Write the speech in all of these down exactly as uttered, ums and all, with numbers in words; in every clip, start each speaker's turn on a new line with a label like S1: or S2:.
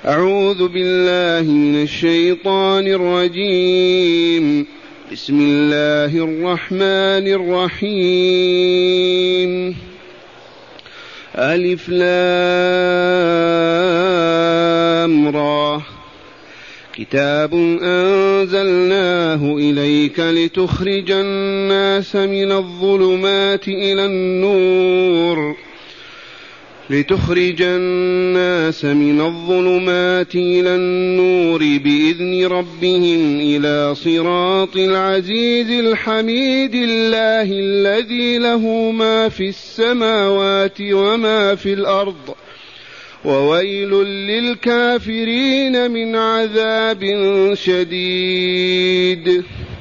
S1: أعوذ بالله من الشيطان الرجيم. بسم الله الرحمن الرحيم. ألف لام را. كتاب أنزلناه إليك لتخرج الناس من الظلمات إلى النور لتخرج الناس من الظلمات إلى النور بإذن ربهم إلى صراط العزيز الحميد الله الذي له ما في السماوات وما في الأرض وويل للكافرين من عذاب شديد.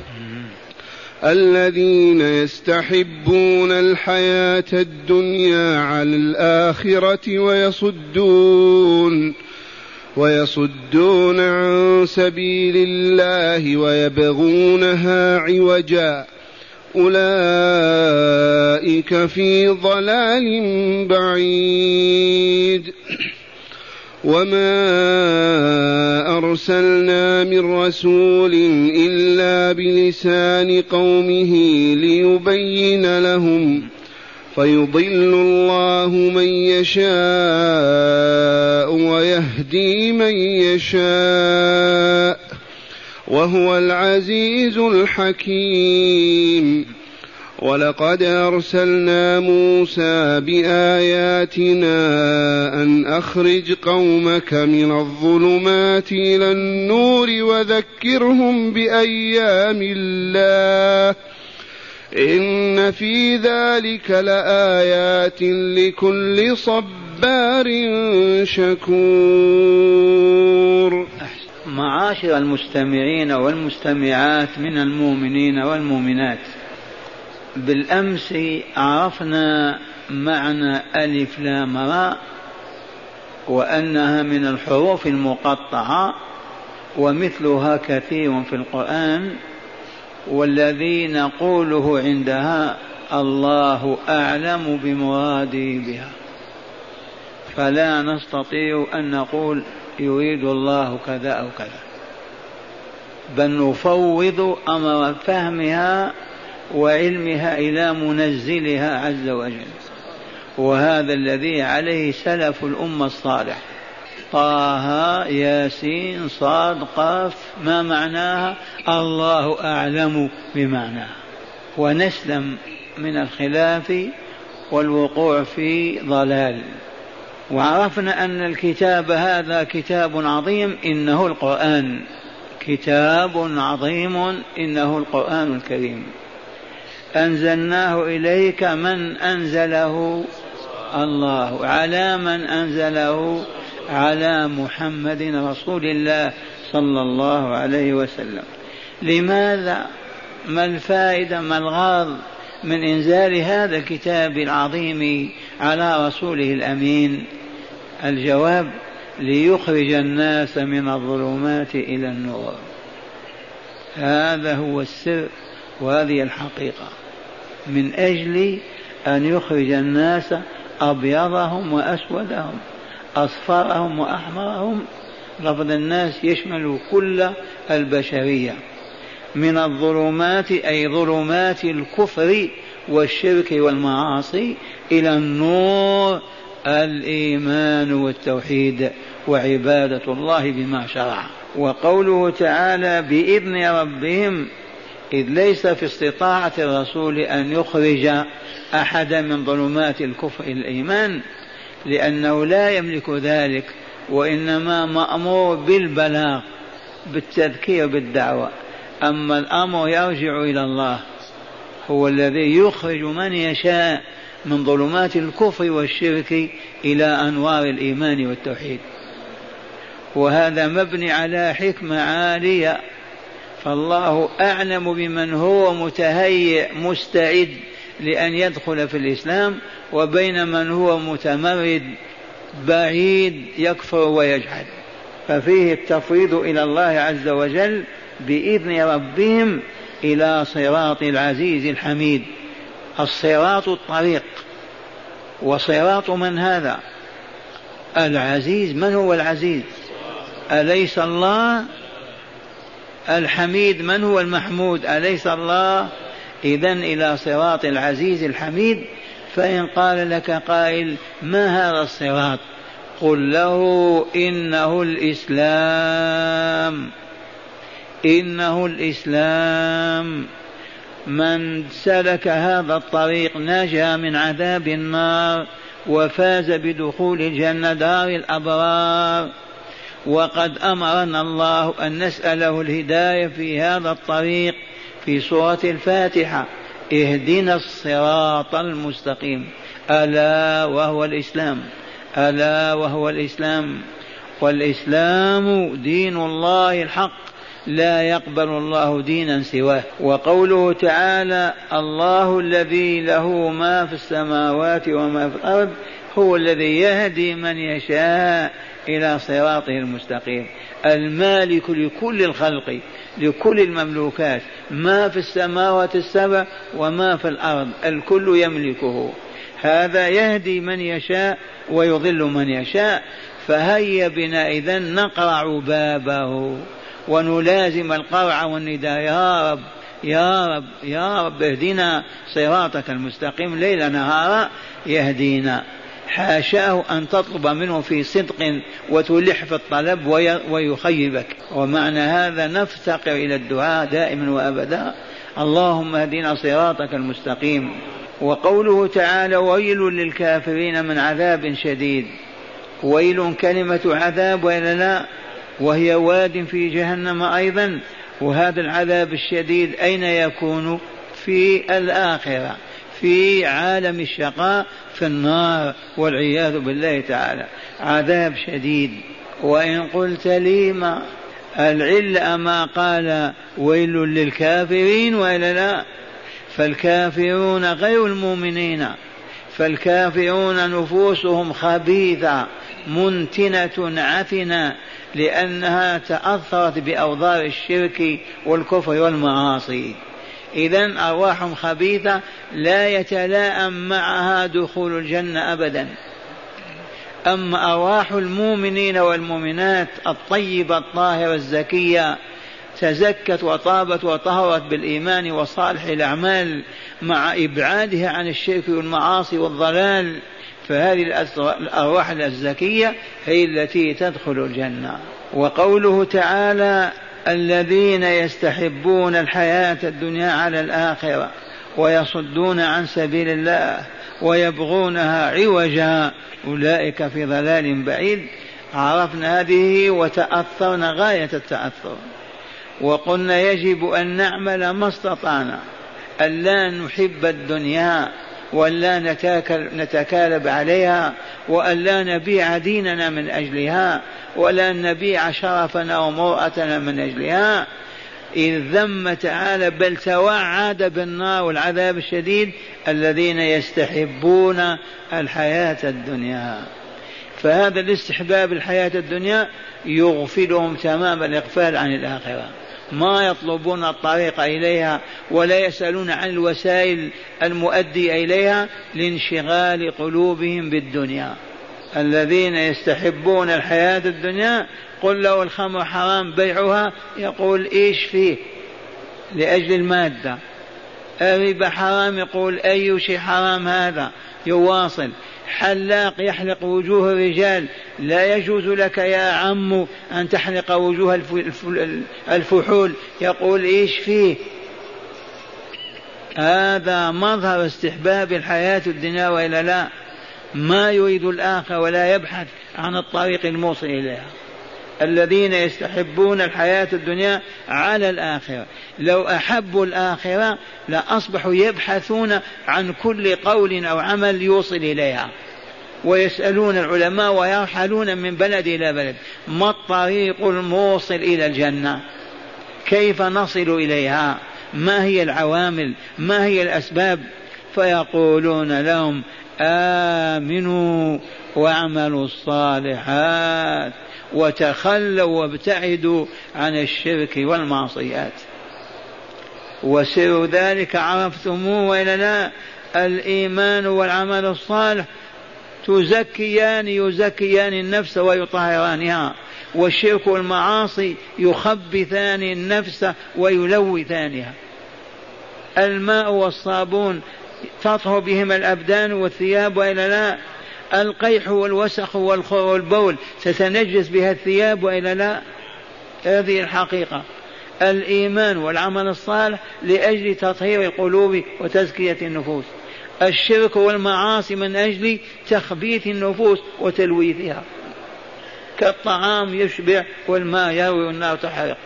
S1: الذين يستحبون الحياة الدنيا على الآخرة ويصدون ويصدون عن سبيل الله ويبغونها عوجا أولئك في ضلال بعيد. وما أرسلنا من رسول إلا بلسان قومه ليبين لهم فيضل الله من يشاء ويهدي من يشاء وهو العزيز الحكيم. ولقد أرسلنا موسى بآياتنا أن أخرج قومك من الظلمات إلى النور وذكرهم بأيام الله إن في ذلك لآيات لكل صبار شكور.
S2: معاشر المستمعين والمستمعات من المؤمنين والمؤمنات، بالأمس عرفنا معنى ألف لام را وأنها من الحروف المقطعة ومثلها كثير في القرآن، والذي نقوله عندها الله أعلم بمراده بها، فلا نستطيع أن نقول يريد الله كذا أو كذا، بل نفوض أمر فهمها وعلمها إلى منزلها عز وجل، وهذا الذي عليه سلف الأمة الصالح. طه ياسين صاد قاف ما معناها؟ الله أعلم بمعناها، ونسلم من الخلاف والوقوع في ضلال. وعرفنا أن الكتاب هذا كتاب عظيم، إنه القرآن، كتاب عظيم إنه القرآن الكريم. أنزلناه إليك، من أنزله؟ الله. على من أنزله؟ على محمد رسول الله صلى الله عليه وسلم. لماذا؟ ما الفائدة، ما الغرض من إنزال هذا الكتاب العظيم على رسوله الأمين؟ الجواب: ليخرج الناس من الظلمات إلى النور. هذا هو السر وهذه الحقيقة، من أجل أن يخرج الناس أبيضهم وأسودهم، أصفرهم وأحمرهم. لفظ الناس يشمل كل البشرية، من الظلمات أي ظلمات الكفر والشرك والمعاصي إلى النور، الإيمان والتوحيد وعبادة الله بما شرع. وقوله تعالى بإذن ربهم، إذ ليس في استطاعة الرسول أن يخرج أحدا من ظلمات الكفر إلى الإيمان، لأنه لا يملك ذلك، وإنما مأمور بالبلاغ بالتذكير بالدعوة. أما الأمر يرجع إلى الله، هو الذي يخرج من يشاء من ظلمات الكفر والشرك إلى أنوار الإيمان والتوحيد، وهذا مبني على حكمة عالية. فالله أعلم بمن هو متهيئ مستعد لأن يدخل في الإسلام، وبين من هو متمرد بعيد يكفر ويجحد. ففيه التفويض إلى الله عز وجل بإذن ربهم إلى صراط العزيز الحميد. الصراط الطريق، وصراط من هذا؟ العزيز. من هو العزيز؟ أليس الله الحميد؟ من هو المحمود؟ أليس الله؟ إذن إلى صراط العزيز الحميد. فإن قال لك قائل ما هذا الصراط؟ قل له إنه الإسلام، إنه الإسلام. من سلك هذا الطريق نجا من عذاب النار وفاز بدخول الجنة دار الأبرار. وقد أمرنا الله أن نسأله الهداية في هذا الطريق في سورة الفاتحة: اهدنا الصراط المستقيم. ألا وهو الإسلام، ألا وهو الإسلام. والإسلام دين الله الحق، لا يقبل الله دينا سواه. وقوله تعالى: الله الذي له ما في السماوات وما في الأرض هو الذي يهدي من يشاء إلى صراطه المستقيم. المالك لكل الخلق، لكل المملوكات، ما في السماوات السبع وما في الأرض الكل يملكه. هذا يهدي من يشاء ويضل من يشاء. فهيا بنا إذن نقرع بابه ونلازم القرع والنداء: يا رب يا رب يا رب اهدنا صراطك المستقيم ليل نهارا يهدينا. حاشاه أن تطلب منه في صدق وتلح في الطلب ويخيبك. ومعنى هذا نفتقر إلى الدعاء دائما وأبدا: اللهم اهدنا صراطك المستقيم. وقوله تعالى: ويل للكافرين من عذاب شديد. ويل كلمة عذاب وإلا لا، وهي واد في جهنم أيضا. وهذا العذاب الشديد أين يكون؟ في الآخرة، في عالم الشقاء، في النار والعياذ بالله تعالى. عذاب شديد. وإن قلت لي ما العل أما قال ويل للكافرين وإلا لا؟ فالكافرون غير المؤمنين، فالكافرون نفوسهم خبيثة منتنة عفنة، لأنها تأثرت بأوضار الشرك والكفر والمعاصي. إذن أرواحهم خبيثة لا يتلائم معها دخول الجنة أبدا. أما أرواح المؤمنين والمؤمنات الطيبة الطاهرة الزكية تزكت وطابت وطهرت بالإيمان وصالح الأعمال مع إبعادها عن الشرك والمعاصي والضلال، فهذه الأرواح الزكية هي التي تدخل الجنة. وقوله تعالى: الذين يستحبون الحياة الدنيا على الآخرة ويصدون عن سبيل الله ويبغونها عوجا أولئك في ضلال بعيد. عرفنا هذه وتأثرنا غاية التأثر، وقلنا يجب أن نعمل ما استطعنا، ألا نحب الدنيا وألا نتكالب عليها، وألا نبيع ديننا من أجلها، ولا نبيع شرفنا ومرأتنا من أجلها. إذ ذم تعالى بل توعد بالنار والعذاب الشديد الذين يستحبون الحياة الدنيا. فهذا الاستحباب الحياة الدنيا يغفلهم تمام الإغفال عن الآخرة، ما يطلبون الطريق إليها ولا يسألون عن الوسائل المؤدي إليها لانشغال قلوبهم بالدنيا. الذين يستحبون الحياة الدنيا قل له الخمر حرام بيعها يقول إيش فيه لأجل المادة. الربا حرام يقول أي شيء حرام هذا يواصل. حلاق يحلق وجوه الرجال لا يجوز لك يا عم أن تحلق وجوه الفحول يقول إيش فيه. هذا مظهر استحباب الحياة الدنيا وإلا لا، ما يريد الآخرة ولا يبحث عن الطريق الموصل إليها. الذين يستحبون الحياة الدنيا على الآخرة، لو أحبوا الآخرة لأصبحوا يبحثون عن كل قول أو عمل يوصل إليها، ويسألون العلماء ويرحلون من بلد إلى بلد: ما الطريق الموصل إلى الجنة؟ كيف نصل إليها؟ ما هي العوامل؟ ما هي الأسباب؟ فيقولون لهم: آمنوا واعملوا الصالحات وتخلوا وابتعدوا عن الشرك والمعصيات. وسر ذلك عرفتموه وإلا لا؟ الإيمان والعمل الصالح تزكيان يزكيان النفس ويطهرانها، والشرك والمعاصي يخبثان النفس ويلوثانها. الماء والصابون تطهر بهما الأبدان والثياب وإلا لا؟ القيح والوسخ والبول تتنجس بها الثياب وإلا لا؟ هذه الحقيقة. الإيمان والعمل الصالح لأجل تطهير القلوب وتزكية النفوس، الشرك والمعاصي من أجل تخبيث النفوس وتلويثها، كالطعام يشبع والماء يروي والنار تحرق.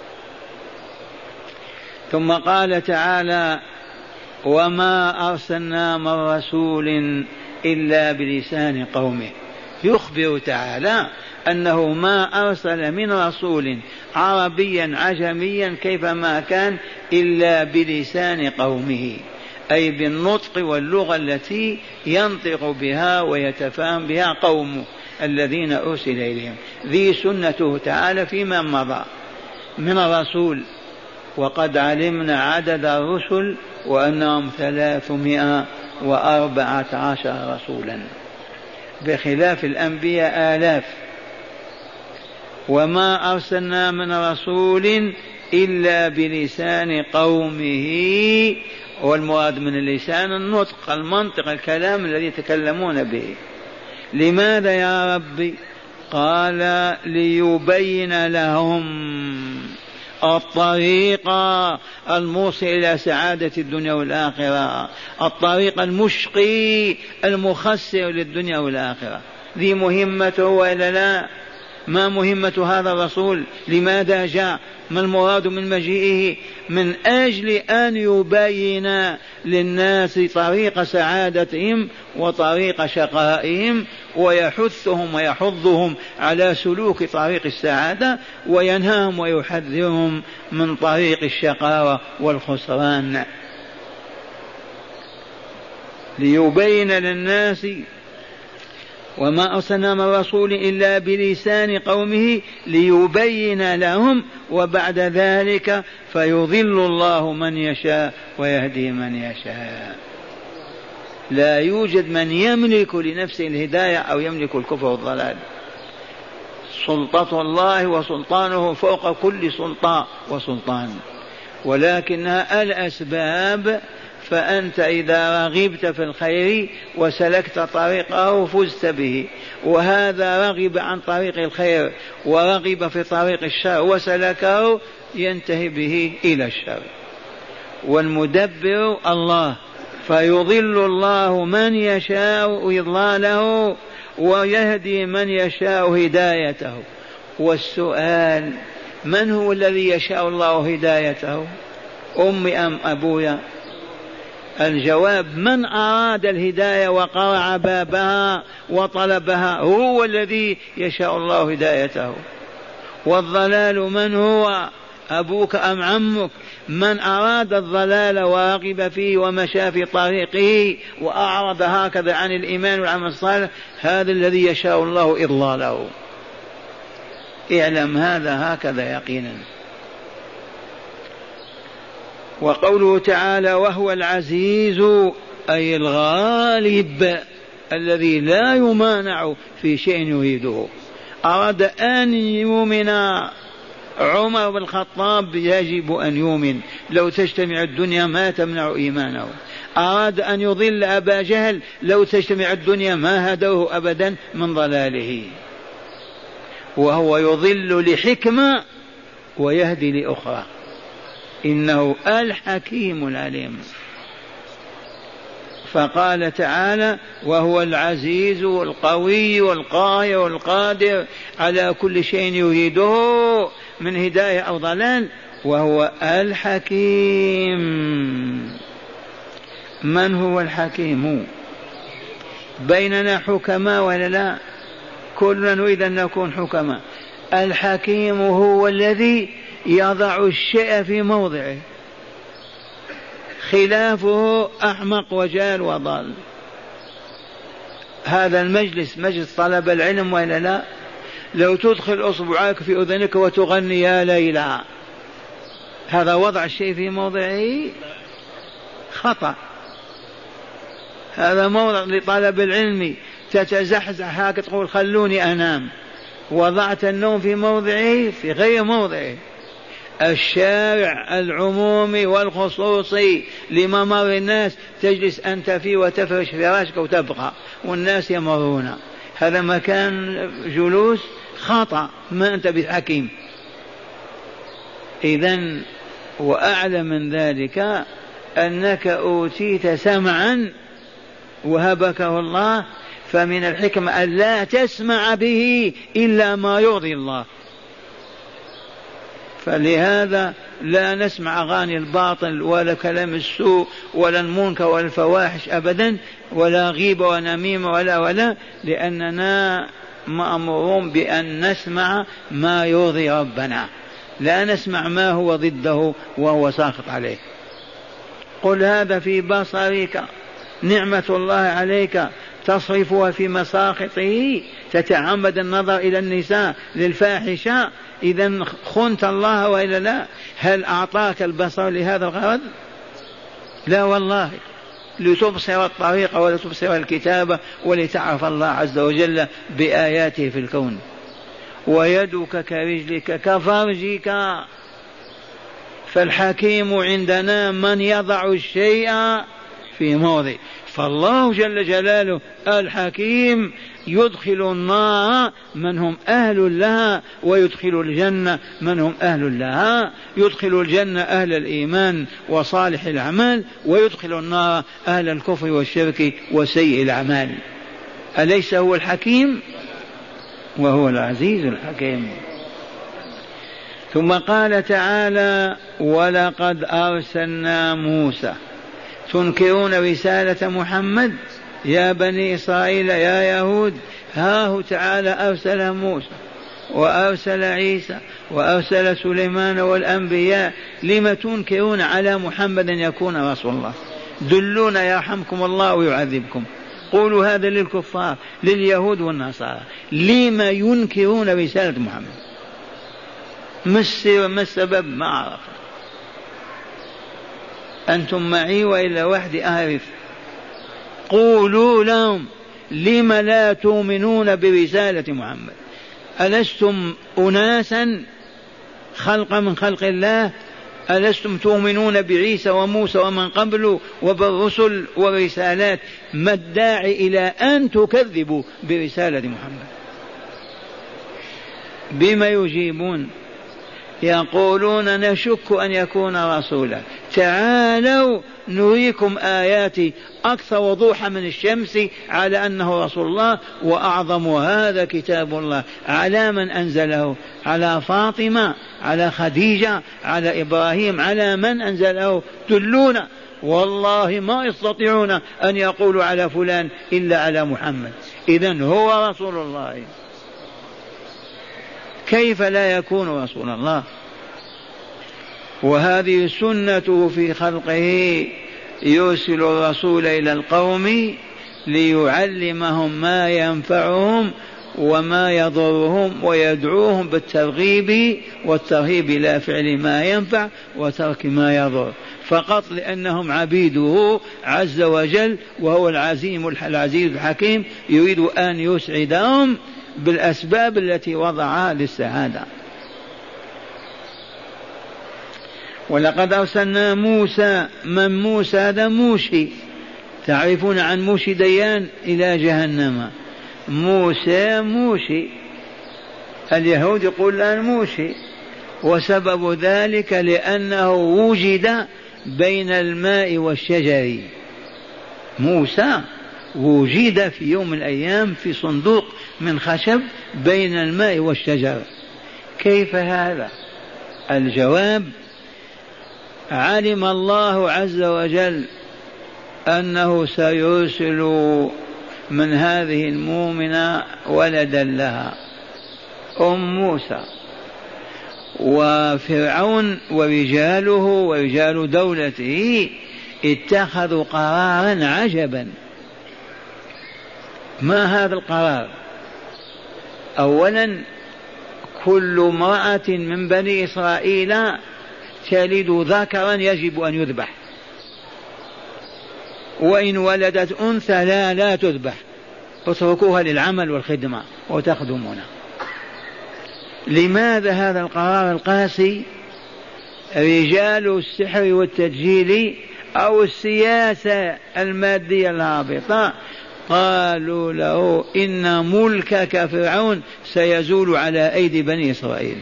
S2: ثم قال تعالى: وما أرسلنا من رسول إلا بلسان قومه. يخبر تعالى أنه ما أرسل من رسول عربيا عجميا كيفما كان إلا بلسان قومه، أي بالنطق واللغة التي ينطق بها ويتفاهم بها قومه الذين أرسل إليهم. ذي سنته تعالى فيما مضى من الرسول، وقد علمنا عدد الرسل وأنهم ثلاثمائة وأربعة عشر رسولا، بخلاف الأنبياء آلاف. وما أرسلنا من رسول إلا بلسان قومه، والمراد من اللسان النطق، المنطق، الكلام الذي يتكلمون به. لماذا يا ربي؟ قال: ليبين لهم الطريق الموصل إلى سعادة الدنيا والآخرة، الطريق المشقي المخسر للدنيا والآخرة. ذي مهمته وإلا لا؟ ما مهمة هذا الرسول؟ لماذا جاء؟ ما المراد من مجيئه؟ من أجل أن يبين للناس طريق سعادتهم وطريق شقائهم، ويحثهم ويحضهم على سلوك طريق السعادة، وينهاهم ويحذرهم من طريق الشقاوة والخسران. ليبين للناس. وما أرسلنا من رسول إلا بلسان قومه ليبين لهم، وبعد ذلك فيضل الله من يشاء ويهدي من يشاء. لا يوجد من يملك لنفسه الهداية أو يملك الكفر والضلال. سلطة الله وسلطانه فوق كل سلطان وسلطان، ولكنها الأسباب. فأنت إذا رغبت في الخير وسلكت طريقه فزت به، وهذا رغب عن طريق الخير ورغب في طريق الشر وسلكه ينتهي به إلى الشر. والمدبر الله، فيضل الله من يشاء إضلاله ويهدي من يشاء هدايته. والسؤال: من هو الذي يشاء الله هدايته؟ أمي أم أبويا؟ الجواب: من أراد الهداية وقرع بابها وطلبها هو الذي يشاء الله هدايته. والضلال من هو؟ أبوك أم عمك؟ من أراد الضلال ورغب فيه ومشى في طريقه وأعرض هكذا عن الإيمان والعمل الصالح، هذا الذي يشاء الله إضلاله. اعلم هذا هكذا يقينا. وقوله تعالى: وهو العزيز، أي الغالب الذي لا يمانع في شيء يريده. أراد أن يؤمن عمر بن الخطاب يجب أن يؤمن، لو تجتمع الدنيا ما تمنع إيمانه. أراد أن يضل أبا جهل، لو تجتمع الدنيا ما هدوه أبدا من ضلاله. وهو يضل لحكمة ويهدي لأخرى، إنه الحكيم العليم. فقال تعالى: وهو العزيز القوي والقاهر والقادر على كل شيء يريده من هداية أو ضلال، وهو الحكيم. من هو الحكيم؟ بيننا حكماء ولا لا؟ كلنا نريد أن نكون حكماء. الحكيم هو الذي يضع الشيء في موضعه، خلافه أحمق وجال وضال. هذا المجلس مجلس طلب العلم وإلا لا؟ لو تدخل أصبعك في أذنك وتغني يا ليلى، هذا وضع الشيء في موضعه؟ خطأ. هذا موضع لطلب العلم، تتزحزح هكذا تقول خلوني أنام، وضعت النوم في موضعه في غير موضعه. الشارع العمومي والخصوصي لممر الناس تجلس أنت فيه وتفرش فراشك وتبقى والناس يمرون، هذا مكان جلوس خطأ، ما أنت بحكيم. إذن وأعلى من ذلك أنك أوتيت سمعا وهبكه الله، فمن الحكمة أن لا تسمع به إلا ما يرضي الله. فلهذا لا نسمع أغاني الباطل ولا كلام السوء ولا المنكر ولا الفواحش أبدا، ولا غيبة ولا نميمة ولا ولا لأننا مأمورون بأن نسمع ما يرضي ربنا، لا نسمع ما هو ضده وهو ساخط عليه. قل هذا في بصرك نعمة الله عليك تصرفها في مساخطه، تتعمد النظر إلى النساء للفاحشة، إذن خنت الله وإلا لا؟ هل أعطاك البصر لهذا الغرض؟ لا والله، لتبصر الطريق ولتبصر الكتابة ولتعرف الله عز وجل بآياته في الكون. ويدك كرجلك كفرجك، فالحكيم عندنا من يضع الشيء في موضع. فالله جل جلاله الحكيم يدخل النار من هم أهل لها، ويدخل الجنة من هم أهل لها. يدخل الجنة أهل الإيمان وصالح الأعمال، ويدخل النار أهل الكفر والشرك وسيء الأعمال. أليس هو الحكيم؟ وهو العزيز الحكيم. ثم قال تعالى: ولقد أرسلنا موسى. تنكرون رسالة محمد يا بني إسرائيل يا يهود؟ هاه تعالى أرسل موسى وأرسل عيسى وأرسل سليمان والأنبياء، لم تنكرون على محمد يكون رسول الله؟ دلونا يرحمكم الله ويعذبكم. قولوا هذا للكفار لليهود والنصارى، لم ينكرون رسالة محمد؟ ما السر ما السبب؟ ما عرف. أنتم معي وإلا وحدي أعرف. قولوا لهم لم لا تؤمنون برسالة محمد؟ ألستم أناسا خلق من خلق الله؟ ألستم تؤمنون بعيسى وموسى ومن قبله وبالرسل والرسالات؟ ما الداعي إلى أن تكذبوا برسالة محمد؟ بما يجيبون؟ يقولون نشك أن يكون رسولا. تعالوا نريكم آياتي أكثر وضوحا من الشمس على أنه رسول الله، وأعظم هذا كتاب الله. على من أنزله؟ على فاطمة، على خديجة، على إبراهيم، على من أنزله؟ دلونا. والله ما يستطيعون أن يقولوا على فلان إلا على محمد. إذن هو رسول الله، كيف لا يكون رسول الله؟ وهذه سنته في خلقه، يرسل الرسول إلى القوم ليعلمهم ما ينفعهم وما يضرهم، ويدعوهم بالترغيب والترهيب إلى فعل ما ينفع وترك ما يضر، فقط لأنهم عبيده عز وجل، وهو العزيم العزيز الحكيم، يريد أن يسعدهم بالأسباب التي وضعها للسعادة. ولقد أرسلنا موسى. من موسى؟ هذا موشي، تعرفون عن موشي ديان إلى جهنم. موسى موشي، اليهود يقول الآن موشي، وسبب ذلك لأنه وجد بين الماء والشجر. موسى وجد في يوم من الأيام في صندوق من خشب بين الماء والشجر. كيف هذا؟ الجواب: علم الله عز وجل أنه سيرسل من هذه المؤمنة ولدا لها، أم موسى. وفرعون ورجاله ورجال دولته اتخذوا قرارا عجبا. ما هذا القرار؟ أولا، كل امرأة من بني إسرائيل تلد ذكرا يجب أن يذبح، وإن ولدت أنثى لا لا تذبح، اتركوها للعمل والخدمة وتخدمون. لماذا هذا القرار القاسي؟ رجال السحر والتدجيل أو السياسة المادية الهابطة قالوا له إن ملكك فرعون سيزول على أيدي بني إسرائيل،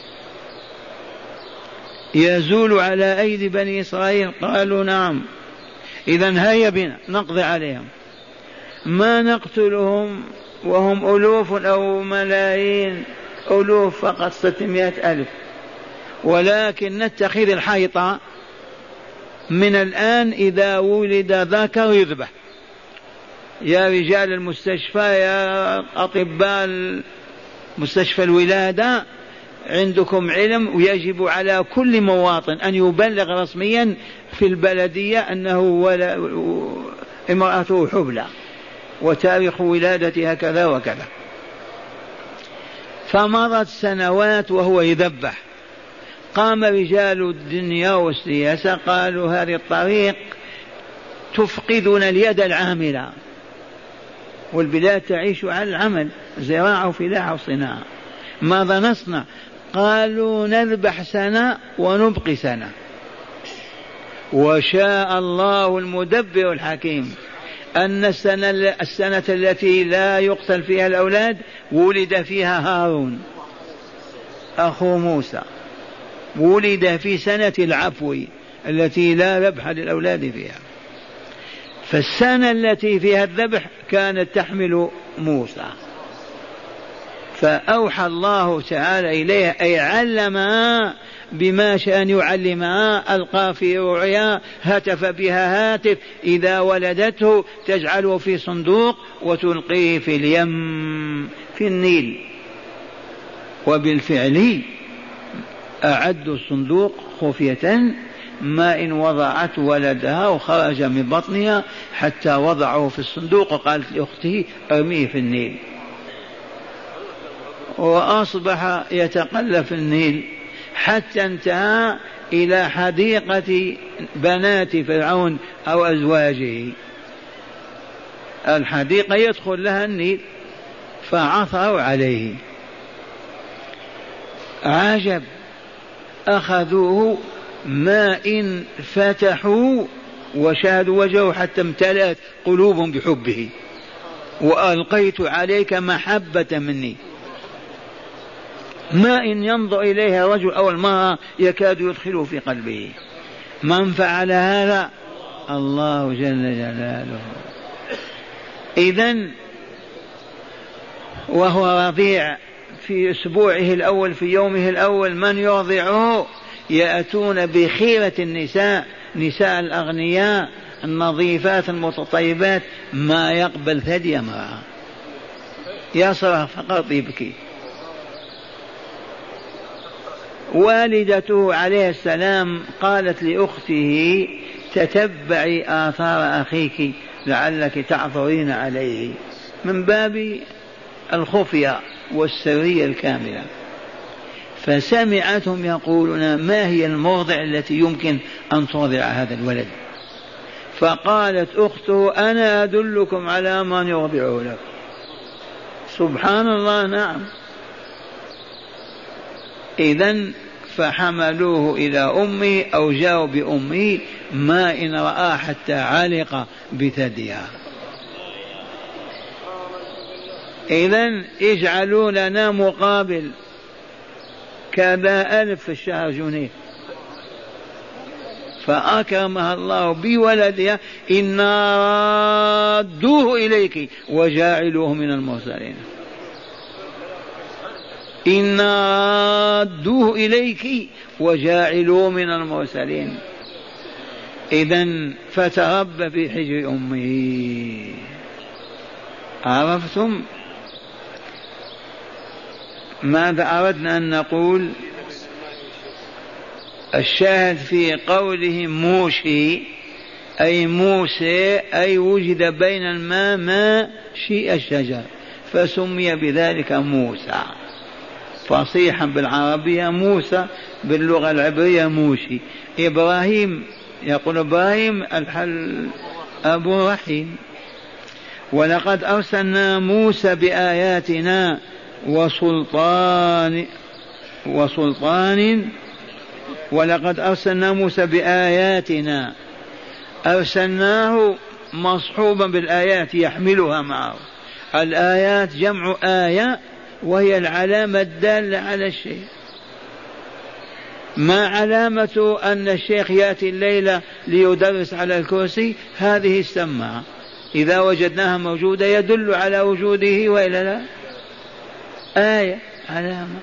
S2: يزول على أيدي بني إسرائيل. قالوا نعم، إذن هيا بنا نقضي عليهم، ما نقتلهم وهم ألوف أو ملايين، ألوف فقط ستمائة ألف، ولكن نتخذ الحيطة من الآن إذا ولد ذكر يذبح. يا رجال المستشفى، يا أطباء مستشفى الولادة، عندكم علم، ويجب على كل مواطن أن يبلغ رسميا في البلدية أنه ولا امرأته حبلى وتاريخ ولادتها كذا وكذا. فمضت سنوات وهو يذبح. قام رجال الدنيا والسياسة قالوا هذه الطريق تفقدنا اليد العاملة، والبلاد تعيش على العمل، زراعة وفلاحة وصناعة، ماذا نصنع؟ قالوا نذبح سنة ونبقي سنة. وشاء الله المدبر الحكيم أن السنة, السنة التي لا يقتل فيها الأولاد ولد فيها هارون أخو موسى، ولد في سنة العفو التي لا ذبح للأولاد فيها. فالسنة التي فيها الذبح كانت تحمل موسى، فأوحى الله تعالى إليها أي علمها بما شاء أن يعلمها، ألقى في رعيا، هتف بها هاتف، إذا ولدته تجعله في صندوق وتلقيه في اليم في النيل. وبالفعل أعدوا الصندوق خفية، ما إن وضعت ولدها وخرج من بطنها حتى وضعه في الصندوق، وقالت لأخته ارميه في النيل، وأصبح يتقلب في النيل حتى انتهى إلى حديقة بنات فرعون أو أزواجه. الحديقة يدخل لها النيل، فعثروا عليه. عجب، أخذوه، ما إن فتحوا وشاهدوا وجهه حتى امتلأت قلوبهم بحبه، وألقيت عليك محبة مني. ما إن ينظر إليها رجل أول مرة يكاد يدخله في قلبه. من فعل هذا؟ الله جل جلاله. إذن وهو رضيع في أسبوعه الأول، في يومه الأول، من يرضعه؟ يأتون بخيرة النساء، نساء الأغنياء النظيفات المتطيبات، ما يقبل ثدي امرأة، يصرخ فقط يبكي. والدته عليه السلام قالت لأخته تتبعي آثار أخيك لعلك تعثرين عليه، من باب الخفية والسرية الكاملة. فسمعتهم يقولون ما هي المرضع التي يمكن أن ترضع هذا الولد؟ فقالت أخته أنا أدلكم على من يرضعه لك. سبحان الله. نعم. إذن فحملوه إلى أمه أو جاءوا بأمه، ما إن رأى حتى علق بثديها. إذن اجعلوا لنا مقابل كذا ألف في الشهر جنيه. فأكرمها الله بولدها، إنا رادوه إليك وجاعلوه من المرسلين. إنا رادوه إليك وجاعلوه من المرسلين. إذن فتربى في حجر أمه. عرفتم ماذا أردنا أن نقول؟ الشاهد في قوله موشي أي موسى، أي وجد بين الماء ما شيء الشجر فسمي بذلك موسى، فصيحا بالعربية موسى، باللغة العبرية موشي. إبراهيم يقول إبراهيم الحل أبو رحيم. ولقد أرسلنا موسى بآياتنا وسلطان وسلطان. ولقد أرسلنا موسى بآياتنا، أرسلناه مصحوبا بالآيات يحملها معه. الآيات جمع آية وهي العلامة الدالة على الشيء. ما علامة أن الشيخ يأتي الليلة ليدرس على الكرسي؟ هذه السماعة إذا وجدناها موجودة يدل على وجوده وإلا لا؟ آية علامة.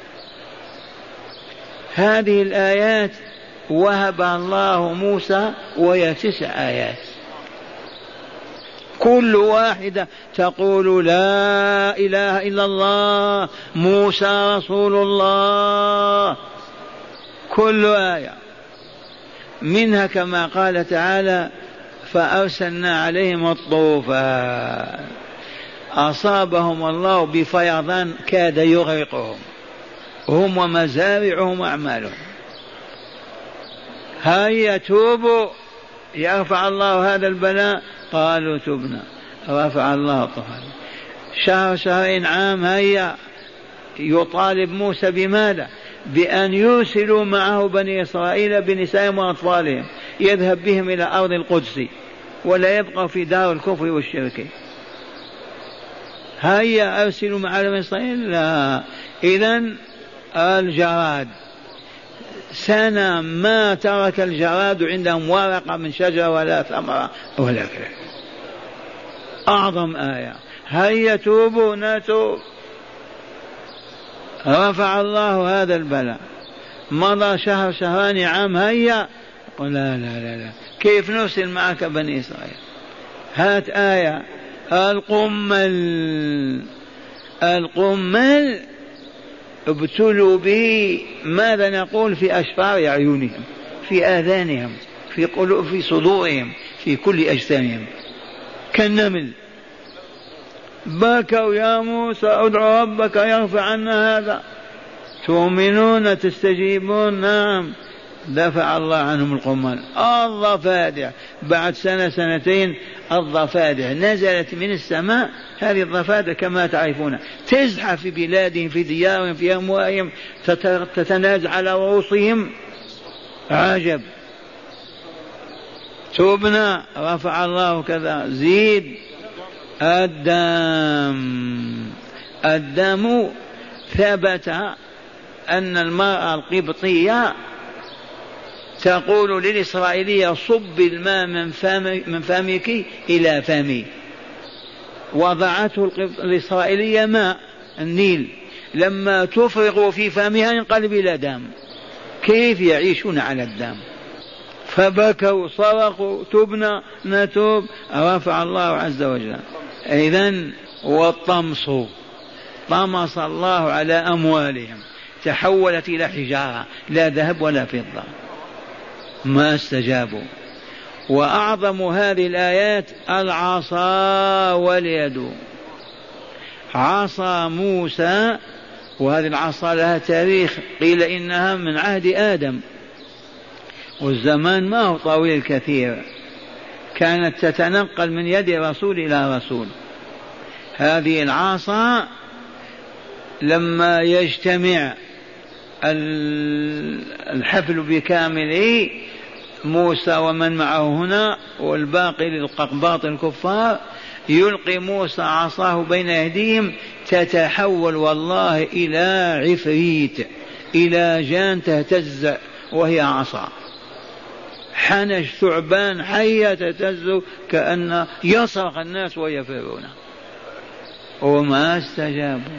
S2: هذه الآيات وهبها الله موسى وهي تسع آيات، كل واحدة تقول لا إله إلا الله موسى رسول الله، كل آية منها كما قال تعالى فأرسلنا عليهم الطوفان، أصابهم الله بفيضان كاد يغرقهم هم ومزارعهم وأعمالهم. هيا توبوا يرفع الله هذا البلاء، قالوا تبنا رفع الله الطوفان. شهر شهرين عام هيا يطالب موسى بماذا؟ بأن يرسلوا معه بني إسرائيل بنسائهم وأطفالهم، يذهب بهم إلى أرض القدس ولا يبقى في دار الكفر والشرك. هيا أرسلوا مع بني إسرائيل، لا. إذن الجراد سنة ما ترك الجراد عندهم ورقة من شجرة ولا ثمرة ولا كذا. أعظم آية. هيا توبوا نتوب، رفع الله هذا البلاء. مضى شهر شهران عام هيا قل لا لا لا لا كيف نرسل معك بني إسرائيل؟ هات آية. القمل القمل ابتلوا به، ماذا نقول؟ في أشفار أعينهم، في آذانهم، في قلوب، في صدورهم، في كل أجسامهم كالنمل. بكوا يا موسى ادعوا ربك يرفع عنا هذا. تؤمنون تستجيبون؟ نعم. دفع الله عنهم القمل. الضفادع بعد سنة سنتين الضفادع نزلت من السماء. هذه الضفادع كما تعرفون تزحف في بلادهم، في ديارهم، في أموالهم، تتنازع على رؤوسهم. عجب. تبنا رفع الله كذا. زيد. الدم الدم ثبت أن المرأة القبطية تقول للإسرائيلية صب الماء من, فم من فمك إلى فمي. وضعته الإسرائيلية ماء النيل، لما تفرغ في فمها ينقلب إلى دم. كيف يعيشون على الدم؟ فبكوا صرخوا تبنا نتوب، رفع الله عز وجل. إذن والطمس، طمس الله على أموالهم، تحولت إلى حجارة لا ذهب ولا فضة، ما استجابوا. وأعظم هذه الآيات العصا واليد. عصا موسى، وهذه العصا لها تاريخ، قيل إنها من عهد آدم، والزمان ما هو طويل كثير، كانت تتنقل من يد رسول إلى رسول. هذه العصا لما يجتمع الحفل بكامله، موسى ومن معه هنا والباقي للققباط الكفار، يلقي موسى عصاه بين أيديهم تتحول والله إلى عفريت، إلى جان تهتز وهي عصا، حنش ثعبان حية تهتز كأن يصرخ الناس ويفرون، وما استجابوا.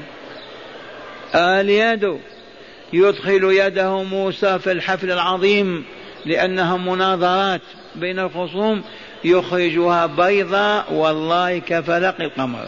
S2: اليد، يدخل يده موسى في الحفل العظيم لأنها مناظرات بين الخصوم، يخرجها بيضاء والله كفلق القمر.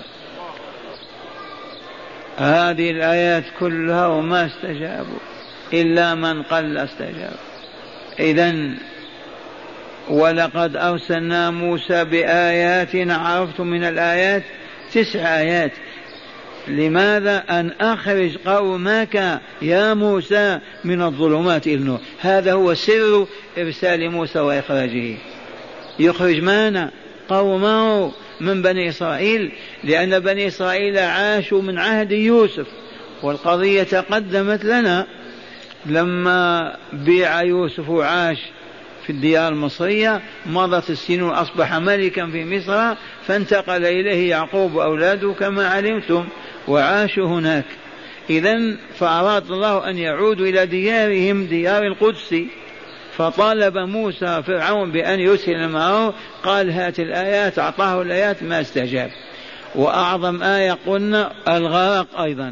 S2: هذه الآيات كلها وما استجابوا إلا من قل استجاب. إذن ولقد أرسلنا موسى بآياتنا، عرفتم من الآيات تسع آيات. لماذا؟ أن أخرج قومك يا موسى من الظلمات إلى النور. هذا هو سر إرسال موسى وإخراجه، يخرج مانا قومه من بني إسرائيل، لأن بني إسرائيل عاشوا من عهد يوسف، والقضية تقدمت لنا. لما بيع يوسف وعاش في الديار المصرية مضت السنين أصبح ملكا في مصر، فانتقل إليه يعقوب وأولاده كما علمتم وعاشوا هناك. إذن فأراد الله أن يعودوا إلى ديارهم ديار القدس، فطالب موسى فرعون بأن يسلم معه، قال هات الآيات، أعطاه الآيات ما استجاب. وأعظم آية قلنا الغرق أيضا،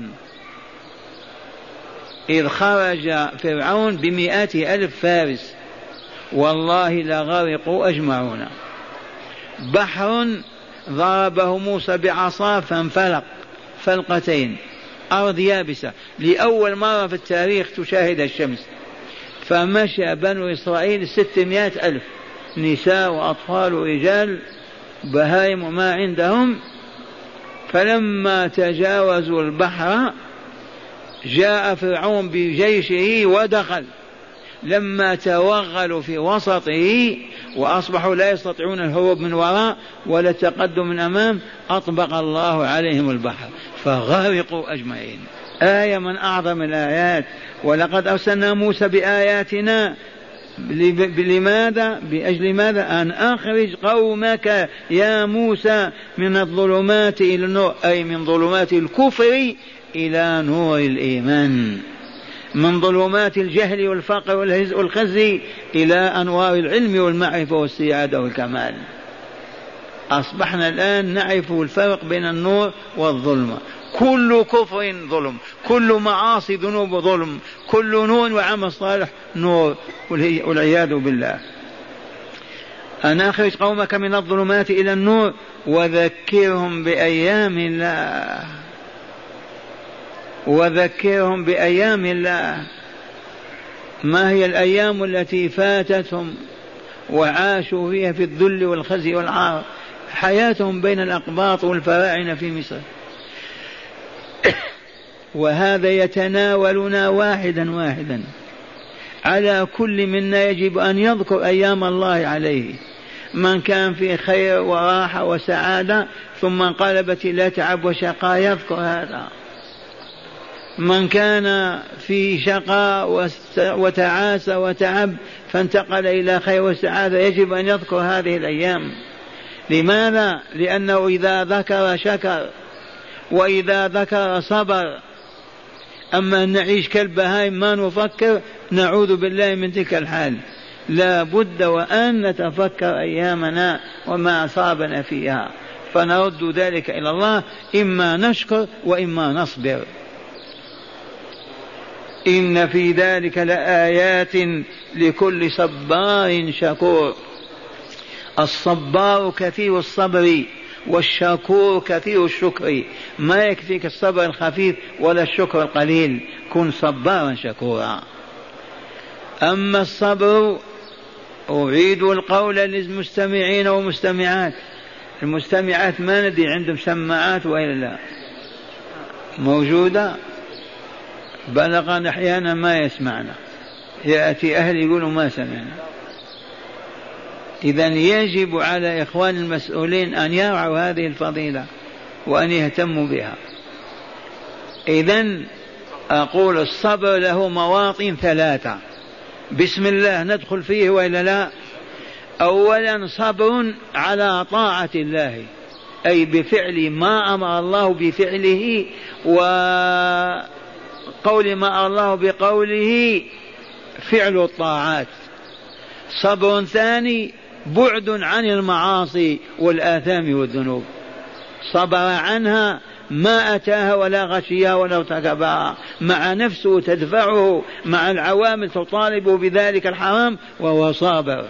S2: إذ خرج فرعون بمئات ألف فارس والله لغرقوا أجمعون. بحر ضربه موسى بعصاه فانفلق فلقتين، أرض يابسة لأول مرة في التاريخ تشاهد الشمس. فمشى بنو إسرائيل ستمائة ألف، نساء وأطفال ورجال بهائم وما عندهم. فلما تجاوزوا البحر جاء فرعون بجيشه ودخل، لما توغلوا في وسطه وأصبحوا لا يستطيعون الهروب من وراء ولا التقدم من أمام، أطبق الله عليهم البحر فغرقوا أجمعين. آية من أعظم الآيات. ولقد أرسلنا موسى بآياتنا لماذا؟ بأجل ماذا؟ أن أخرج قومك يا موسى من الظلمات إلى النور، أي من ظلمات الكفر إلى نور الإيمان، من ظلمات الجهل والفقر والخزي إلى أنوار العلم والمعرفة والسعادة والكمال. أصبحنا الآن نعرف الفرق بين النور والظلمة. كل كفر ظلم، كل معاصي ذنوب ظلم، كل نور وعمل صالح نور، والعياذ بالله. أن أخرج قومك من الظلمات إلى النور وذكرهم بأيام الله، وذكرهم بأيام الله. ما هي الأيام التي فاتتهم وعاشوا فيها في الذل والخزي والعار؟ حياتهم بين الأقباط والفراعنة في مصر. وهذا يتناولنا واحدا واحدا. على كل منا يجب أن يذكر أيام الله عليه. من كان في خير وراحة وسعادة ثم انقلبت إلى تعب وشقاء يذكر هذا. من كان في شقاء وتعاسة وتعب فانتقل إلى خير وسعادة يجب أن يذكر هذه الأيام. لماذا؟ لأنه إذا ذكر شكر وإذا ذكر صبر. أما أن نعيش كالبهائم ما نفكر نعوذ بالله من تلك الحال. لا بد وأن نتفكر أيامنا وما أصابنا فيها، فنرد ذلك إلى الله، إما نشكر وإما نصبر. إن في ذلك لآيات لكل صبار شكور. الصبار كثير الصبر والشكور كثير الشكر. ما يكفيك الصبر الخفيف ولا الشكر القليل، كن صبارا شكورا. أما الصبر، أعيد القول للمستمعين ومستمعات. المستمعات ما ندري عندهم سماعات وإلا لا موجودة؟ بلغنا أحيانا ما يسمعنا، يأتي أهل يقولوا ما سمعنا. إذن يجب على إخوان المسؤولين أن يرعوا هذه الفضيلة وأن يهتموا بها. إذن أقول الصبر له مواطن ثلاثة، بسم الله ندخل فيه وإلا لا. أولا صبر على طاعة الله، أي بفعل ما أمر الله بفعله وقول ما أمر الله بقوله، فعل الطاعات. صبر ثاني بعد عن المعاصي والآثام والذنوب، صبر عنها ما أتاها ولا غشيها ولا ارتكبها، مع نفسه تدفعه، مع العوامل تطالبه بذلك الحرام وهو صابر.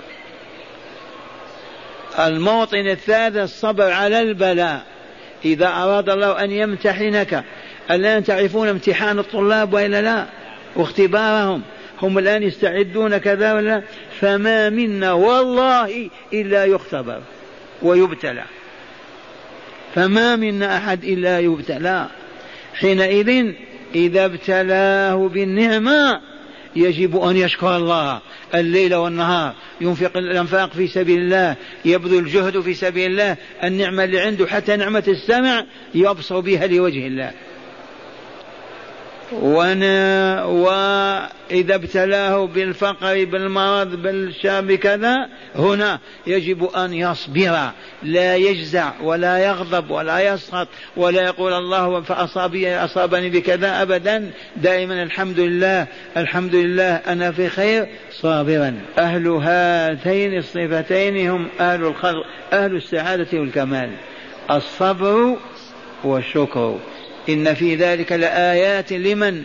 S2: الموطن الثالث الصبر على البلاء. إذا أراد الله أن يمتحنك، الآن تعرفون امتحان الطلاب وإلا لا واختبارهم، هم الآن يستعدون كذا ولا، فما منا والله إلا يختبر ويبتلى، فما منا أحد إلا يبتلى. حينئذ إذا ابتلاه بالنعمة يجب أن يشكر الله الليل والنهار، ينفق الأنفاق في سبيل الله، يبذل الجهد في سبيل الله. النعمة اللي عنده حتى نعمة السمع يبصر بها لوجه الله. وإذا ابتلاه بالفقر بالمرض بالشاب كذا، هنا يجب أن يصبر، لا يجزع ولا يغضب ولا يسخط ولا يقول الله فأصابني أصابني بكذا أبدا، دائما الحمد لله الحمد لله أنا في خير صابرا. أهل هاتين الصفتين هم أهل الخلق، أهل السعادة والكمال، الصبر والشكر. إن في ذلك لآيات لمن،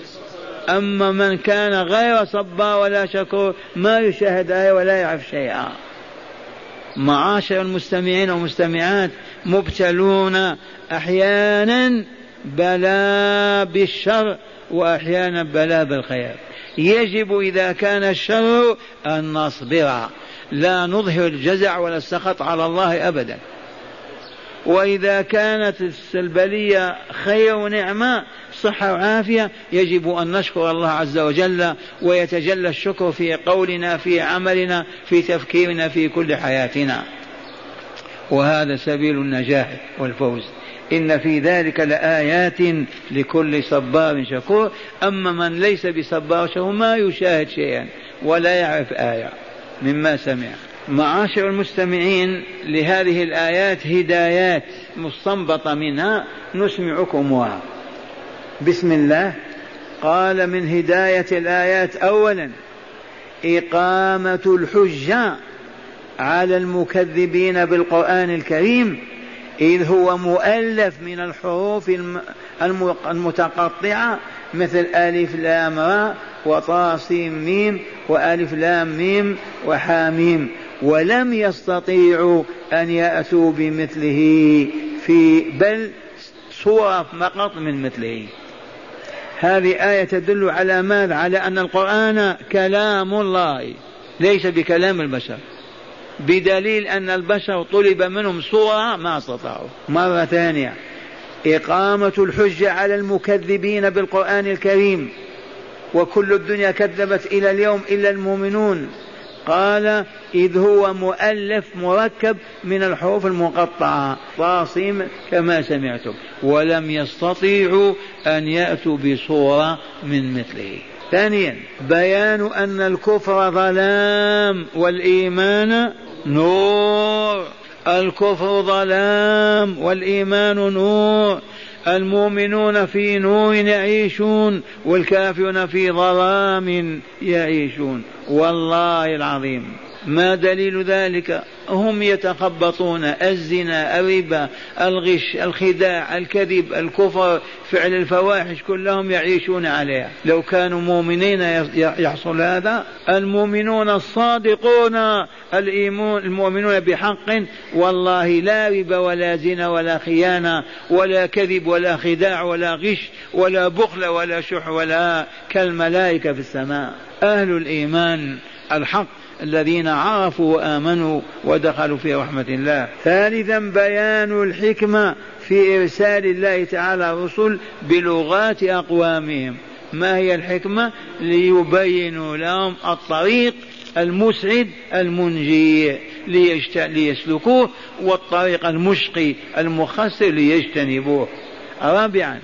S2: أما من كان غير صبار ولا شكور ما يشاهد آية ولا يعرف شيئا. معاشر المستمعين والمستمعات، مبتلون أحيانا بلاء بالشر وأحيانا بلاء بالخير. يجب إذا كان الشر أن نصبر، لا نظهر الجزع ولا السخط على الله أبدا. وإذا كانت السلبلية خير ونعمة صحة وعافية يجب أن نشكر الله عز وجل، ويتجلى الشكر في قولنا في عملنا في تفكيرنا في كل حياتنا، وهذا سبيل النجاح والفوز. إن في ذلك لآيات لكل صبار شكور. أما من ليس بصبار شكور ما يشاهد شيئا ولا يعرف آية مما سمع. معاشر المستمعين، لهذه الآيات هدايات مستنبطة منها نسمعكمها. بسم الله. قال من هداية الآيات أولا إقامة الحجة على المكذبين بالقرآن الكريم، إذ هو مؤلف من الحروف المتقطعة مثل ألف لام را وطا سين ميم وألف لام ميم وحاميم، ولم يستطيعوا أن يأتوا بمثله في بل سورة فقط من مثله. هذه آية تدل على ماذا؟ على أن القرآن كلام الله ليس بكلام البشر، بدليل أن البشر طلب منهم سورة ما استطاعوا. مرة ثانية إقامة الحجة على المكذبين بالقرآن الكريم، وكل الدنيا كذبت إلى اليوم إلا المؤمنون. قال إذ هو مؤلف مركب من الحروف المقطعة طاصم كما سمعتم، ولم يستطيعوا أن يأتوا بصورة من مثله. ثانيا بيان أن الكفر ظلام والإيمان نور. الكفر ظلام والإيمان نور. المؤمنون في نور يعيشون والكافرون في ظلام يعيشون. والله العظيم ما دليل ذلك؟ هم يتخبطون الزنا الربا الغش الخداع الكذب الكفر فعل الفواحش كلهم يعيشون عليها. لو كانوا مؤمنين يحصل هذا. المؤمنون الصادقون المؤمنون بحق والله لا ربا ولا زنا ولا خيانة ولا كذب ولا خداع ولا غش ولا بخل ولا شح ولا كالملائكة في السماء. أهل الإيمان الحق الذين عرفوا وآمنوا ودخلوا في رحمة الله. ثالثا بيان الحكمة في إرسال الله تعالى الرسل بلغات أقوامهم. ما هي الحكمة؟ ليبينوا لهم الطريق المسعد المنجي ليسلكوه، والطريق المشقي المخسر ليجتنبوه. رابعا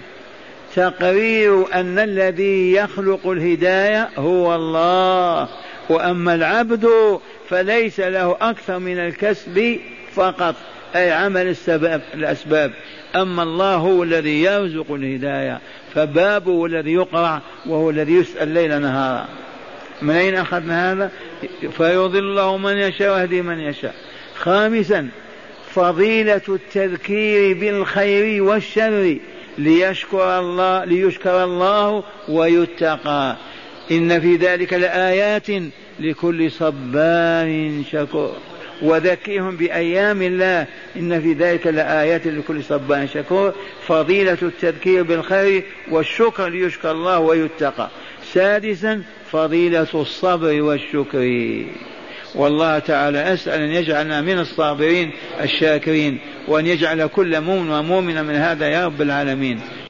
S2: تقرير أن الذي يخلق الهداية هو الله، وأما العبد فليس له أكثر من الكسب فقط، أي عمل السبب الأسباب. أما الله هو الذي يرزق الهداية، فبابه الذي يقرع وهو الذي يسأل ليل نهارا. من أين أخذنا هذا؟ فيضل الله من يشاء ويهدي من يشاء. خامسا فضيلة التذكير بالخير والشر ليشكر الله ليشكر الله ويتقى. إن في ذلك لآيات لكل صبار شكور. وذكرهم بأيام الله، إن في ذلك لآيات لكل صبار شكور. فضيلة التذكير بالخير والشكر ليشكر الله ويتقى. سادسا فضيلة الصبر والشكر. والله تعالى أسأل أن يجعلنا من الصابرين الشاكرين، وأن يجعل كل مؤمن ومؤمن من هذا يا رب العالمين.